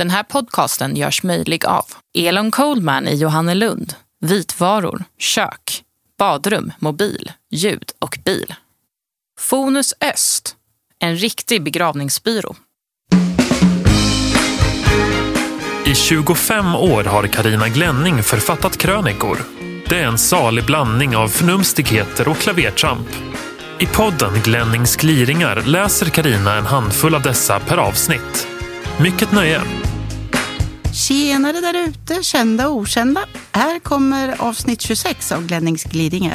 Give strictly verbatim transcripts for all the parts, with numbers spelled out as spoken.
Den här podcasten görs möjlig av Elon Coldman i Johannelund, vitvaror, kök, badrum, mobil, ljud och bil. Fonus Öst, en riktig begravningsbyrå. I tjugofem år har Carina Glänning författat krönikor. Det är en salig blandning av förnumstigheter och klavertramp. I podden Glennings gliringar läser Carina en handfull av dessa per avsnitt. Mycket nöje! Tjenare där ute, kända och okända. Här kommer avsnitt tjugosex av Glennings gliringar.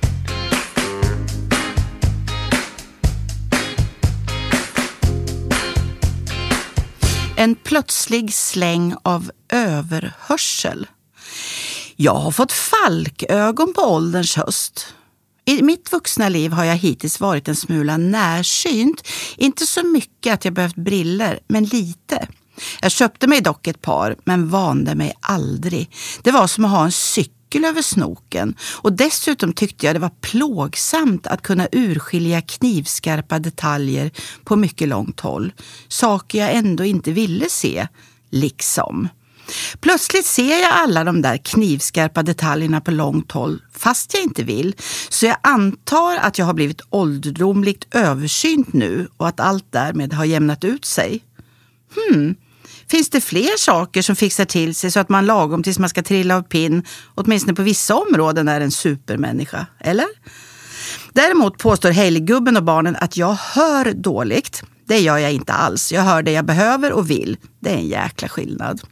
En plötslig släng av överhörsel. Jag har fått falkögon på ålderns höst. I mitt vuxna liv har jag hittills varit en smula närsynt. Inte så mycket att jag behövt briller, men lite. Jag köpte mig dock ett par, men vande mig aldrig. Det var som att ha en cykel över snoken. Och dessutom tyckte jag det var plågsamt att kunna urskilja knivskarpa detaljer på mycket långt håll. Saker jag ändå inte ville se, liksom. Plötsligt ser jag alla de där knivskarpa detaljerna på långt håll, fast jag inte vill. Så jag antar att jag har blivit ålderdomligt översynt nu och att allt därmed har jämnat ut sig. Hmm, finns det fler saker som fixar till sig så att man lagom tills man ska trilla av pinn, åtminstone på vissa områden, är en supermänniska, eller? Däremot påstår Hailey-gubben och barnen att jag hör dåligt. Det gör jag inte alls. Jag hör det jag behöver och vill. Det är en jäkla skillnad.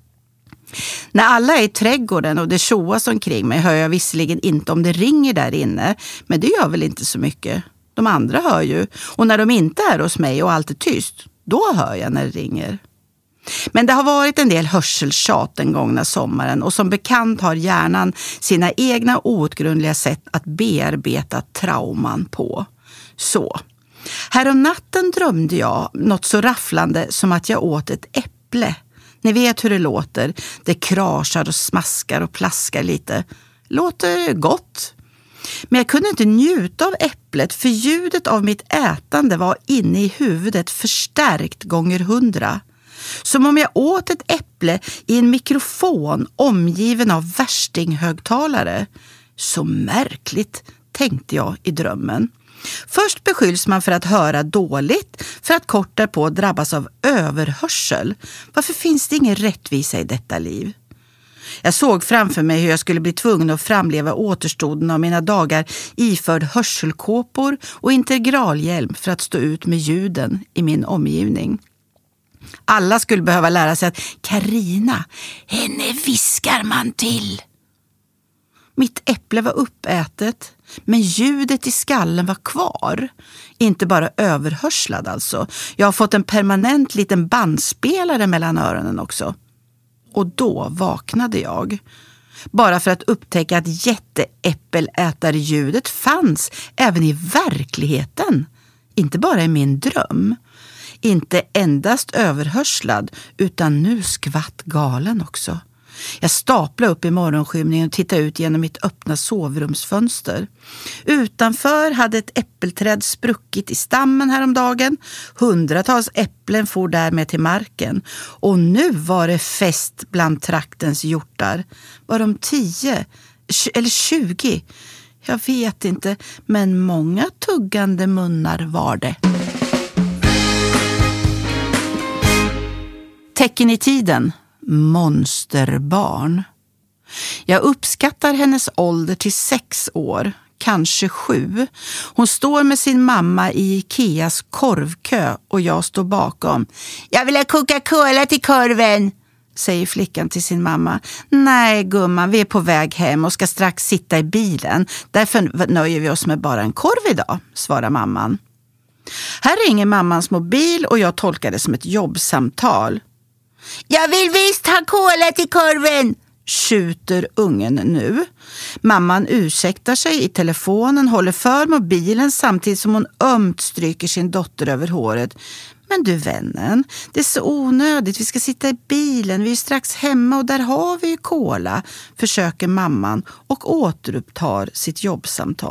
När alla är i trädgården och det tjoas omkring mig hör jag visserligen inte om det ringer där inne, men det gör väl inte så mycket. De andra hör ju, och när de inte är hos mig och allt är tyst, då hör jag när det ringer. Men det har varit en del hörseltjat den gångna sommaren, och som bekant har hjärnan sina egna outgrundliga sätt att bearbeta trauman på. Så, härom natten drömde jag något så rafflande som att jag åt ett äpple. Ni vet hur det låter. Det kraschar och smaskar och plaskar lite. Låter gott. Men jag kunde inte njuta av äpplet, för ljudet av mitt ätande var inne i huvudet förstärkt gånger hundra. Som om jag åt ett äpple i en mikrofon omgiven av värstinghögtalare. Så märkligt, tänkte jag i drömmen. Först beskylls man för att höra dåligt, för att kort därpå drabbas av överhörsel. Varför finns det ingen rättvisa i detta liv? Jag såg framför mig hur jag skulle bli tvungen att framleva återstoden av mina dagar iförd hörselkåpor och integralhjälm för att stå ut med ljuden i min omgivning. Alla skulle behöva lära sig att Carina, henne viskar man till. Mitt äpple var uppätet, men ljudet i skallen var kvar. Inte bara överhörslad alltså. Jag har fått en permanent liten bandspelare mellan öronen också. Och då vaknade jag. Bara för att upptäcka att jätteäppelätarljudet fanns även i verkligheten. Inte bara i min dröm. Inte endast överhörslad, utan nu skvatt galen också. Jag staplade upp i morgonskymningen och tittade ut genom mitt öppna sovrumsfönster. Utanför hade ett äppelträd spruckit i stammen häromdagen. Hundratals äpplen for därmed till marken. Och nu var det fest bland traktens hjortar. Var de tio eller tjugo? Jag vet inte, men många tuggande munnar var det. Tecken i tiden. Monsterbarn. Jag uppskattar hennes ålder till sex år, kanske sju. Hon står med sin mamma i Ikeas korvkö och jag står bakom. Jag vill ha Coca-Cola till korven, säger flickan till sin mamma. Nej gumman, vi är på väg hem och ska strax sitta i bilen. Därför nöjer vi oss med bara en korv idag, svarar mamman. Här ringer mammans mobil och jag tolkar det som ett jobbsamtal. Jag vill visst ha cola till korven, skjuter ungen nu. Mamman ursäktar sig i telefonen, håller för mobilen samtidigt som hon ömt stryker sin dotter över håret. Men du vännen, det är så onödigt, vi ska sitta i bilen, vi är strax hemma och där har vi ju cola, försöker mamman och återupptar sitt jobbsamtal.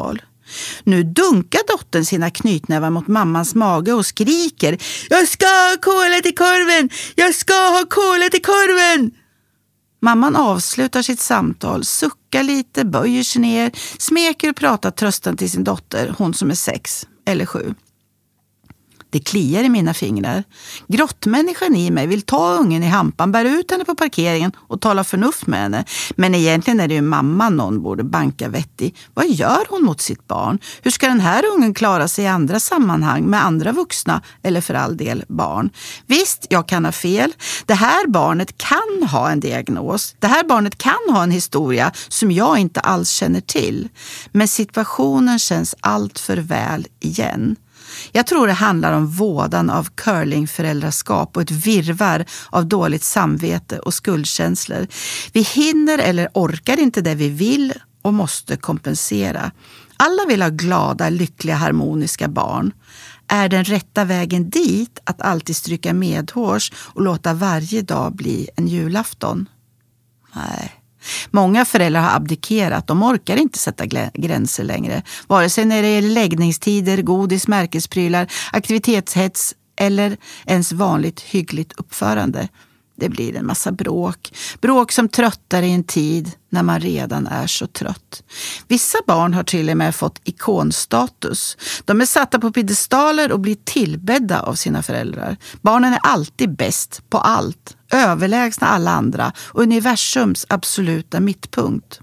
Nu dunkar dottern sina knytnävar mot mammans mage och skriker: Jag ska ha kolet i korven! Jag ska ha kolet i korven! Mamman avslutar sitt samtal, suckar lite, böjer sig ner, smeker och pratar tröstan till sin dotter, hon som är sex eller sju. Det kliar i mina fingrar. Grottmänniskan i mig vill ta ungen i hampan, bära ut henne på parkeringen och tala förnuft med henne. Men egentligen är det ju mamma någon borde banka vett i. Vad gör hon mot sitt barn? Hur ska den här ungen klara sig i andra sammanhang med andra vuxna eller för all del barn? Visst, jag kan ha fel. Det här barnet kan ha en diagnos. Det här barnet kan ha en historia som jag inte alls känner till. Men situationen känns allt för väl igen. Jag tror det handlar om vådan av curlingföräldraskap och ett virvar av dåligt samvete och skuldkänslor. Vi hinner eller orkar inte det vi vill och måste kompensera. Alla vill ha glada, lyckliga, harmoniska barn. Är den rätta vägen dit att alltid stryka medhårs och låta varje dag bli en julafton? Nej. Många föräldrar har abdikerat. De orkar inte sätta gränser längre. Vare sig när det är läggningstider, godis, märkesprylar, aktivitetshets eller ens vanligt hyggligt uppförande. Det blir en massa bråk. Bråk som tröttar i en tid när man redan är så trött. Vissa barn har till och med fått ikonstatus. De är satta på piedestaler och blir tillbedda av sina föräldrar. Barnen är alltid bäst på allt, överlägsna alla andra, universums absoluta mittpunkt.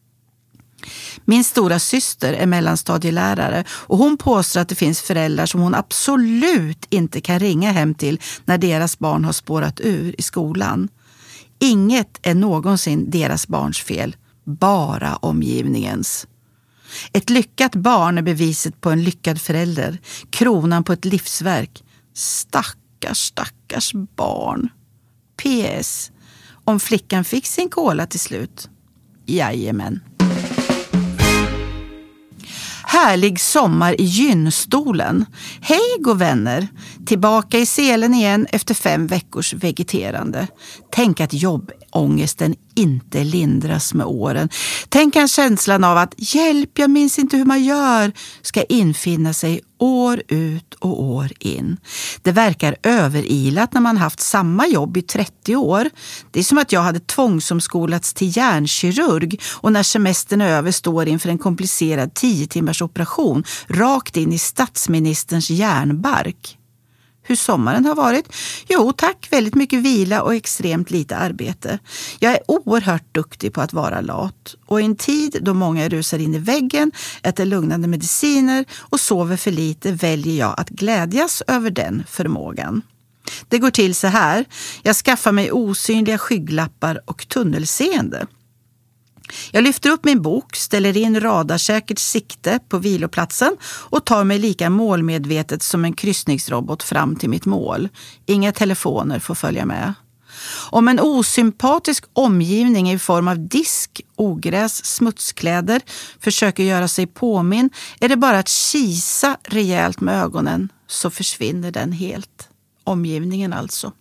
Min stora syster är mellanstadielärare och hon påstår att det finns föräldrar som hon absolut inte kan ringa hem till när deras barn har spårat ur i skolan. Inget är någonsin deras barns fel, bara omgivningens. Ett lyckat barn är beviset på en lyckad förälder, kronan på ett livsverk. Stackars, stackars barn. P S. Om flickan fick sin kola till slut. Jajamän. Härlig sommar i gynstolen. Hej god vänner, tillbaka i selen igen efter fem veckors vegeterande. Tänk att jobbångesten inte lindras med åren. Tänk att känslan av att hjälp, jag minns inte hur man gör ska infinna sig år ut och år in. Det verkar överilat när man haft samma jobb i trettio år. Det är som att jag hade tvångsomskolats till hjärnkirurg och när semestern är över står inför en komplicerad tio timmars operation rakt in i statsministerns hjärnbark. Hur sommaren har varit? Jo tack, väldigt mycket vila och extremt lite arbete. Jag är oerhört duktig på att vara lat. Och i en tid då många rusar in i väggen, äter lugnande mediciner och sover för lite väljer jag att glädjas över den förmågan. Det går till så här. Jag skaffar mig osynliga skygglappar och tunnelseende. Jag lyfter upp min bok, ställer in radarsäkert sikte på viloplatsen och tar mig lika målmedvetet som en kryssningsrobot fram till mitt mål. Inga telefoner får följa med. Om en osympatisk omgivning i form av disk, ogräs, smutskläder försöker göra sig påminn är det bara att kisa rejält med ögonen så försvinner den helt. Omgivningen alltså.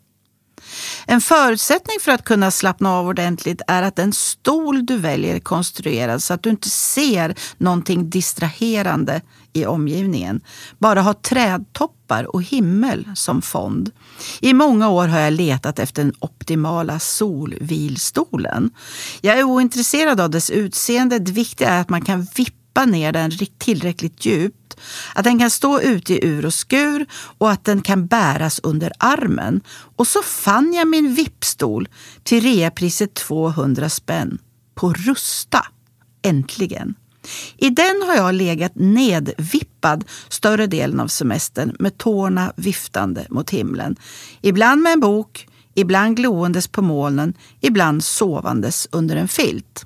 En förutsättning för att kunna slappna av ordentligt är att den stol du väljer är konstruerad så att du inte ser någonting distraherande i omgivningen. Bara ha trädtoppar och himmel som fond. I många år har jag letat efter den optimala solvilstolen. Jag är ointresserad av dess utseende. Det viktiga är att man kan vippa ner den tillräckligt djupt. Att den kan stå ute i ur och skur och att den kan bäras under armen. Och så fann jag min vippstol till reapriset tvåhundra spänn på Rusta. Äntligen. I den har jag legat nedvippad större delen av semestern med tårna viftande mot himlen. Ibland med en bok, ibland glåendes på molnen, ibland sovandes under en filt.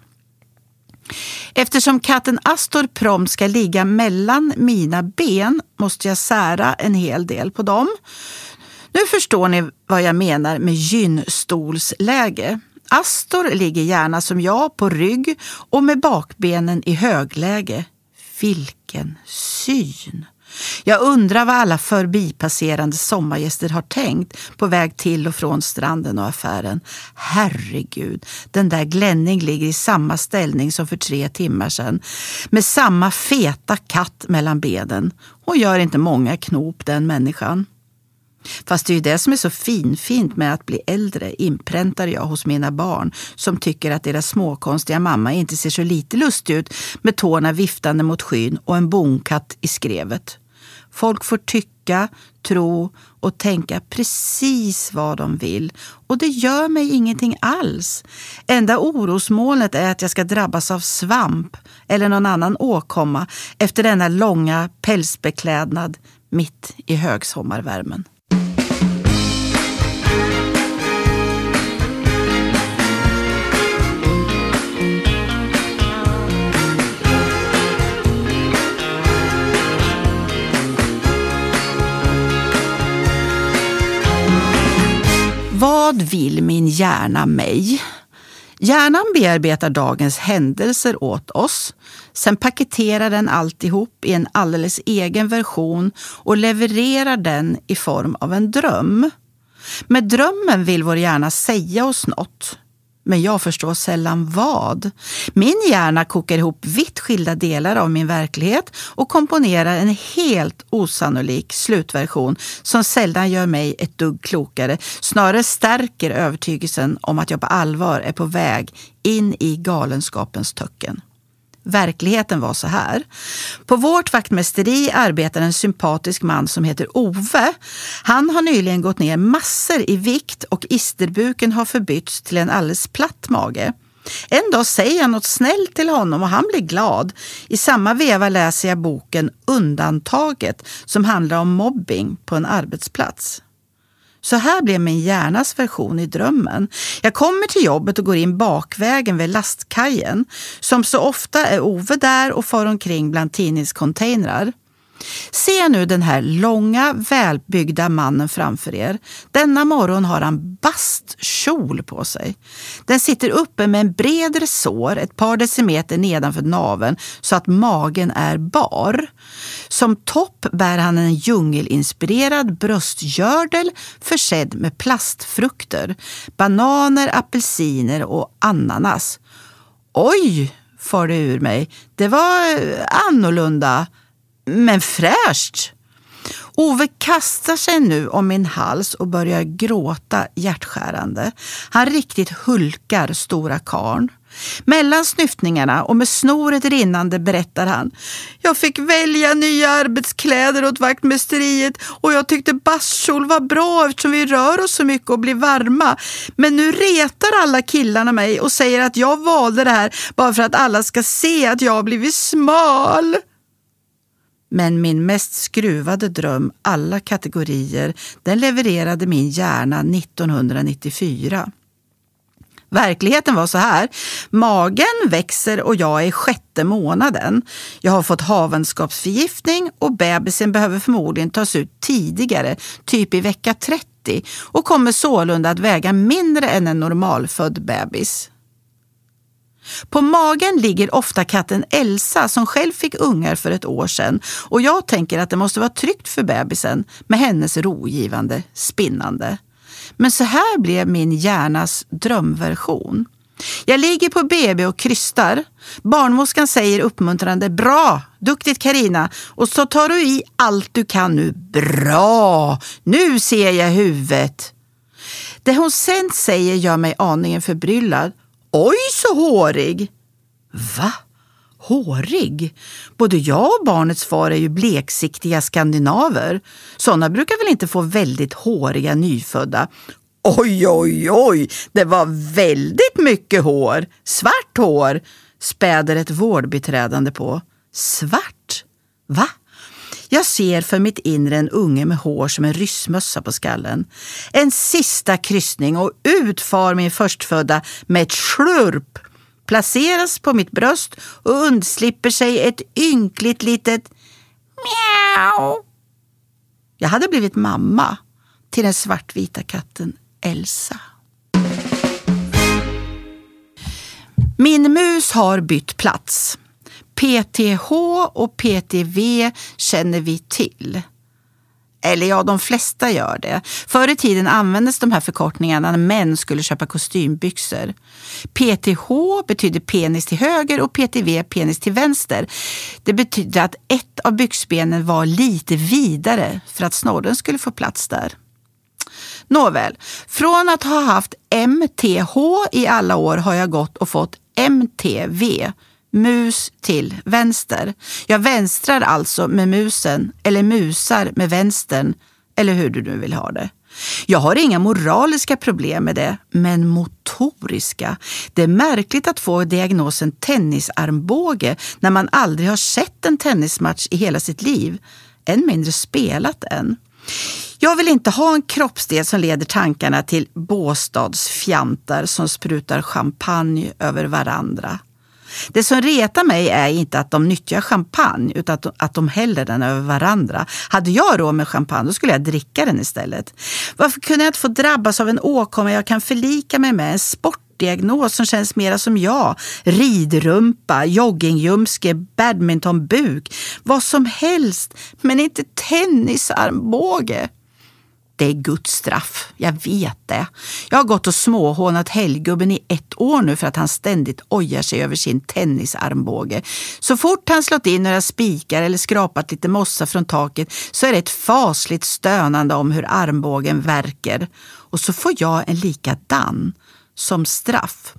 Eftersom katten Astor prompt ska ligga mellan mina ben måste jag sära en hel del på dem. Nu förstår ni vad jag menar med gynstolsläge. Astor ligger gärna som jag på rygg och med bakbenen i högläge. Vilken syn! Jag undrar vad alla förbipasserande sommargäster har tänkt på väg till och från stranden och affären. Herregud, den där Glenning ligger i samma ställning som för tre timmar sedan. Med samma feta katt mellan benen. Och gör inte många knop den människan. Fast det är ju det som är så finfint med att bli äldre, inpräntar jag hos mina barn som tycker att deras småkonstiga mamma inte ser så lite lustig ut med tårna viftande mot skyn och en bonkatt i skrevet. Folk får tycka, tro och tänka precis vad de vill och det gör mig ingenting alls. Enda orosmolnet är att jag ska drabbas av svamp eller någon annan åkomma efter denna långa pälsbeklädnad mitt i högsommarvärmen. Vad vill min hjärna mig? Hjärnan bearbetar dagens händelser åt oss. Sen paketerar den alltihop i en alldeles egen version och levererar den i form av en dröm. Med drömmen vill vår hjärna säga oss något. Men jag förstår sällan vad. Min hjärna kokar ihop vitt skilda delar av min verklighet och komponerar en helt osannolik slutversion som sällan gör mig ett dugg klokare. Snarare stärker övertygelsen om att jag på allvar är på väg in i galenskapens töcken. Verkligheten var så här. På vårt vaktmästeri arbetar en sympatisk man som heter Ove. Han har nyligen gått ner massor i vikt och isterbuken har förbytts till en alldeles platt mage. En dag säger jag något snällt till honom och han blir glad. I samma veva läser jag boken Undantaget som handlar om mobbing på en arbetsplats. Så här blev min hjärnas version i drömmen. Jag kommer till jobbet och går in bakvägen vid lastkajen. Som så ofta är Ove där och far omkring bland tidningscontainrar. Se nu den här långa, välbyggda mannen framför er. Denna morgon har han bastkjol på sig. Den sitter uppe med en bred resår ett par decimeter nedanför naveln så att magen är bar. Som topp bär han en djungelinspirerad bröstgördel försedd med plastfrukter, bananer, apelsiner och ananas. Oj, far det ur mig. Det var annorlunda. Men fräscht! Ove kastar sig nu om min hals och börjar gråta hjärtskärande. Han riktigt hulkar stora karn. Mellan snyftningarna och med snoret rinnande berättar han: jag fick välja nya arbetskläder åt vaktmästeriet och jag tyckte bastkjol var bra eftersom vi rör oss så mycket och blir varma. Men nu retar alla killarna mig och säger att jag valde det här bara för att alla ska se att jag har blivit smal. Men min mest skruvade dröm, alla kategorier, den levererade min hjärna nittonhundranittiofyra. Verkligheten var så här. Magen växer och jag är i sjätte månaden. Jag har fått havandeskapsförgiftning och bebisen behöver förmodligen tas ut tidigare, typ i vecka trettio, och kommer sålunda att väga mindre än en normalfödd bebis. På magen ligger ofta katten Elsa som själv fick ungar för ett år sedan och jag tänker att det måste vara tryggt för bebisen med hennes rogivande spinnande. Men så här blev min hjärnas drömversion. Jag ligger på B B och krystar. Barnmorskan säger uppmuntrande: bra, duktigt Carina, och så tar du i allt du kan nu. Bra, nu ser jag huvudet. Det hon sen säger gör mig aningen förbryllad. Oj, så hårig! Va? Hårig? Både jag och barnets far är ju bleksiktiga skandinaver. Sådana brukar väl inte få väldigt håriga nyfödda. Oj, oj, oj! Det var väldigt mycket hår. Svart hår, späder ett vårdbiträdande på. Svart? Va? Jag ser för mitt inre en unge med hår som en ryssmössa på skallen. En sista kryssning och utfar min förstfödda med ett slurp. Placeras på mitt bröst och undslipper sig ett ynkligt litet mjau. Jag hade blivit mamma till den svartvita katten Elsa. Min mus har bytt plats. P T H och P T V känner vi till. Eller ja, de flesta gör det. Förr i tiden användes de här förkortningarna när män skulle köpa kostymbyxor. P T H betyder penis till höger och P T V penis till vänster. Det betyder att ett av byxbenen var lite vidare för att snorren skulle få plats där. Nåväl, från att ha haft M T H i alla år har jag gått och fått M T V, mus till vänster. Jag vänstrar alltså med musen eller musar med vänstern, eller hur du nu vill ha det. Jag har inga moraliska problem med det, men motoriska. Det är märkligt att få diagnosen tennisarmbåge när man aldrig har sett en tennismatch i hela sitt liv, än mindre spelat en. Jag vill inte ha en kroppsdel som leder tankarna till båstadsfjantar som sprutar champagne över varandra. Det som retar mig är inte att de nyttjar champagne utan att de häller den över varandra. Hade jag råd med champagne då skulle jag dricka den istället. Varför kunde jag inte få drabbas av en åkomma jag kan förlika mig med, en sportdiagnos som känns mera som jag? Ridrumpa, joggingjumske, badmintonbuk, vad som helst, men inte tennisarmbåge. Det är Guds straff, jag vet det. Jag har gått och småhånat helggubben i ett år nu för att han ständigt ojar sig över sin tennisarmbåge. Så fort han slått in några spikar eller skrapat lite mossa från taket så är det ett fasligt stönande om hur armbågen verkar. Och så får jag en likadan som straff.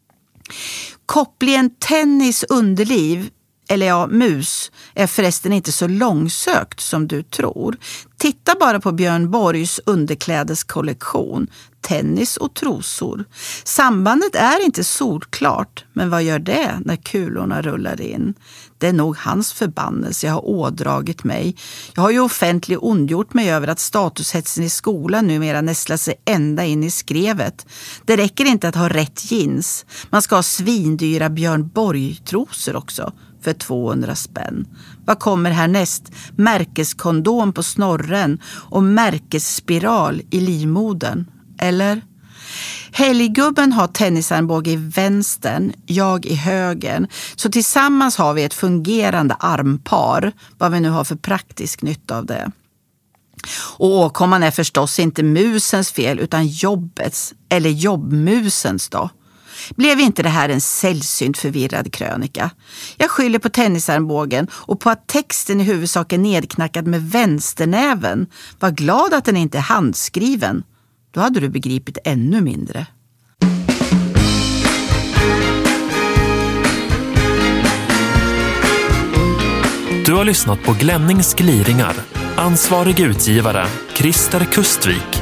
Kopplingen tennis underliv, eller ja, mus, är förresten inte så långsökt som du tror. Titta bara på Björn Borgs underklädeskollektion, tennis och trosor. Sambandet är inte solklart, men vad gör det när kulorna rullar in? Det är nog hans förbannelse jag har ådragit mig. Jag har ju offentligt ondgjort mig över att statushetsen i skolan numera nästlar sig ända in i skrevet. Det räcker inte att ha rätt jeans. Man ska ha svindyra Björn Borg-trosor också. För tvåhundra spänn. Vad kommer härnäst? Märkeskondom på snorren och märkesspiral i livmodern. Eller? Helggubben har tennisarmbåge i vänstern, jag i högern. Så tillsammans har vi ett fungerande armpar. Vad vi nu har för praktisk nytta av det. Och åkomman är förstås inte musens fel utan jobbets. Eller jobbmusens då. Blev inte det här en sällsynt förvirrad krönika? Jag skyller på tennisarmbågen och på att texten i huvudsak är nedknackad med vänsternäven. Var glad att den inte är handskriven. Då hade du begripit ännu mindre. Du har lyssnat på Glennings gliringar. Ansvarig utgivare Christer Kustvik.